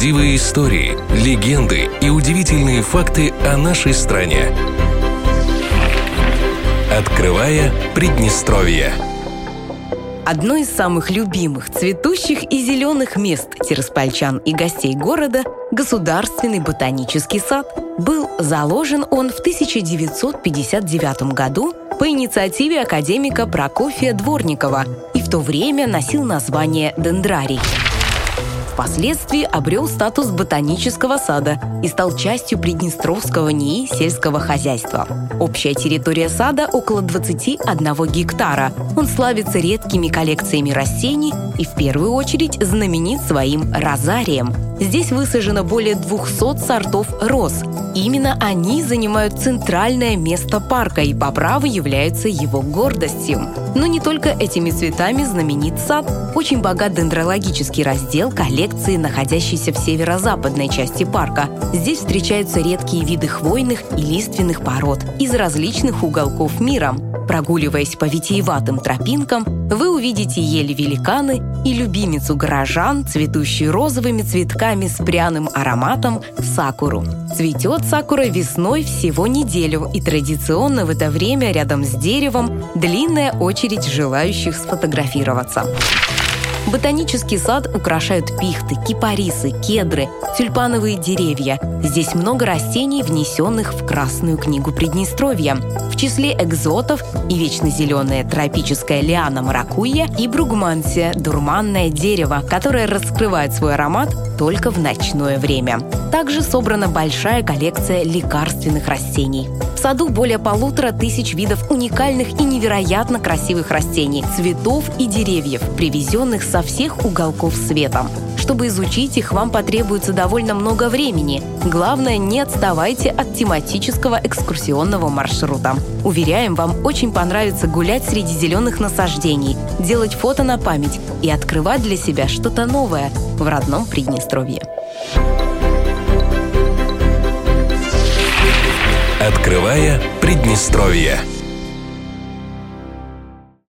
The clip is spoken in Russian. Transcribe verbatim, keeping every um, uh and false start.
Правдивые истории, легенды и удивительные факты о нашей стране. Открывая Приднестровье. Одно из самых любимых, цветущих и зеленых мест тираспольчан и гостей города – Государственный ботанический сад. Был заложен он в тысяча девятьсот пятьдесят девятом году по инициативе академика Прокофия Дворникова и в то время носил название «Дендрарий». Впоследствии обрел статус ботанического сада и стал частью Приднестровского НИИ сельского хозяйства. Общая территория сада около двадцати одного гектара. Он славится редкими коллекциями растений и в первую очередь знаменит своим розарием. Здесь высажено более двухсот сортов роз. Именно они занимают центральное место парка и по праву являются его гордостью. Но не только этими цветами знаменит сад. Очень богат дендрологический раздел коллекции, находящийся в северо-западной части парка. Здесь встречаются редкие виды хвойных и лиственных пород из различных уголков мира. Прогуливаясь по витиеватым тропинкам, вы увидите ели-великаны и любимицу горожан, цветущую розовыми цветками с пряным ароматом сакуру. Цветет сакура весной всего неделю, и традиционно в это время рядом с деревом длинная очередь желающих сфотографироваться. Ботанический сад украшают пихты, кипарисы, кедры, тюльпановые деревья. Здесь много растений, внесенных в Красную книгу Приднестровья. В числе экзотов и вечно зеленая тропическая лиана маракуйя и бругмансия – дурманное дерево, которое раскрывает свой аромат только в ночное время. Также собрана большая коллекция лекарственных растений. В саду более полутора тысяч видов уникальных и невероятно красивых растений, цветов и деревьев, привезенных со всех уголков света. Чтобы изучить их, вам потребуется довольно много времени. Главное, не отставайте от тематического экскурсионного маршрута. Уверяем, вам очень понравится гулять среди зеленых насаждений, делать фото на память и открывать для себя что-то новое в родном Приднестровье. Открывая Приднестровье.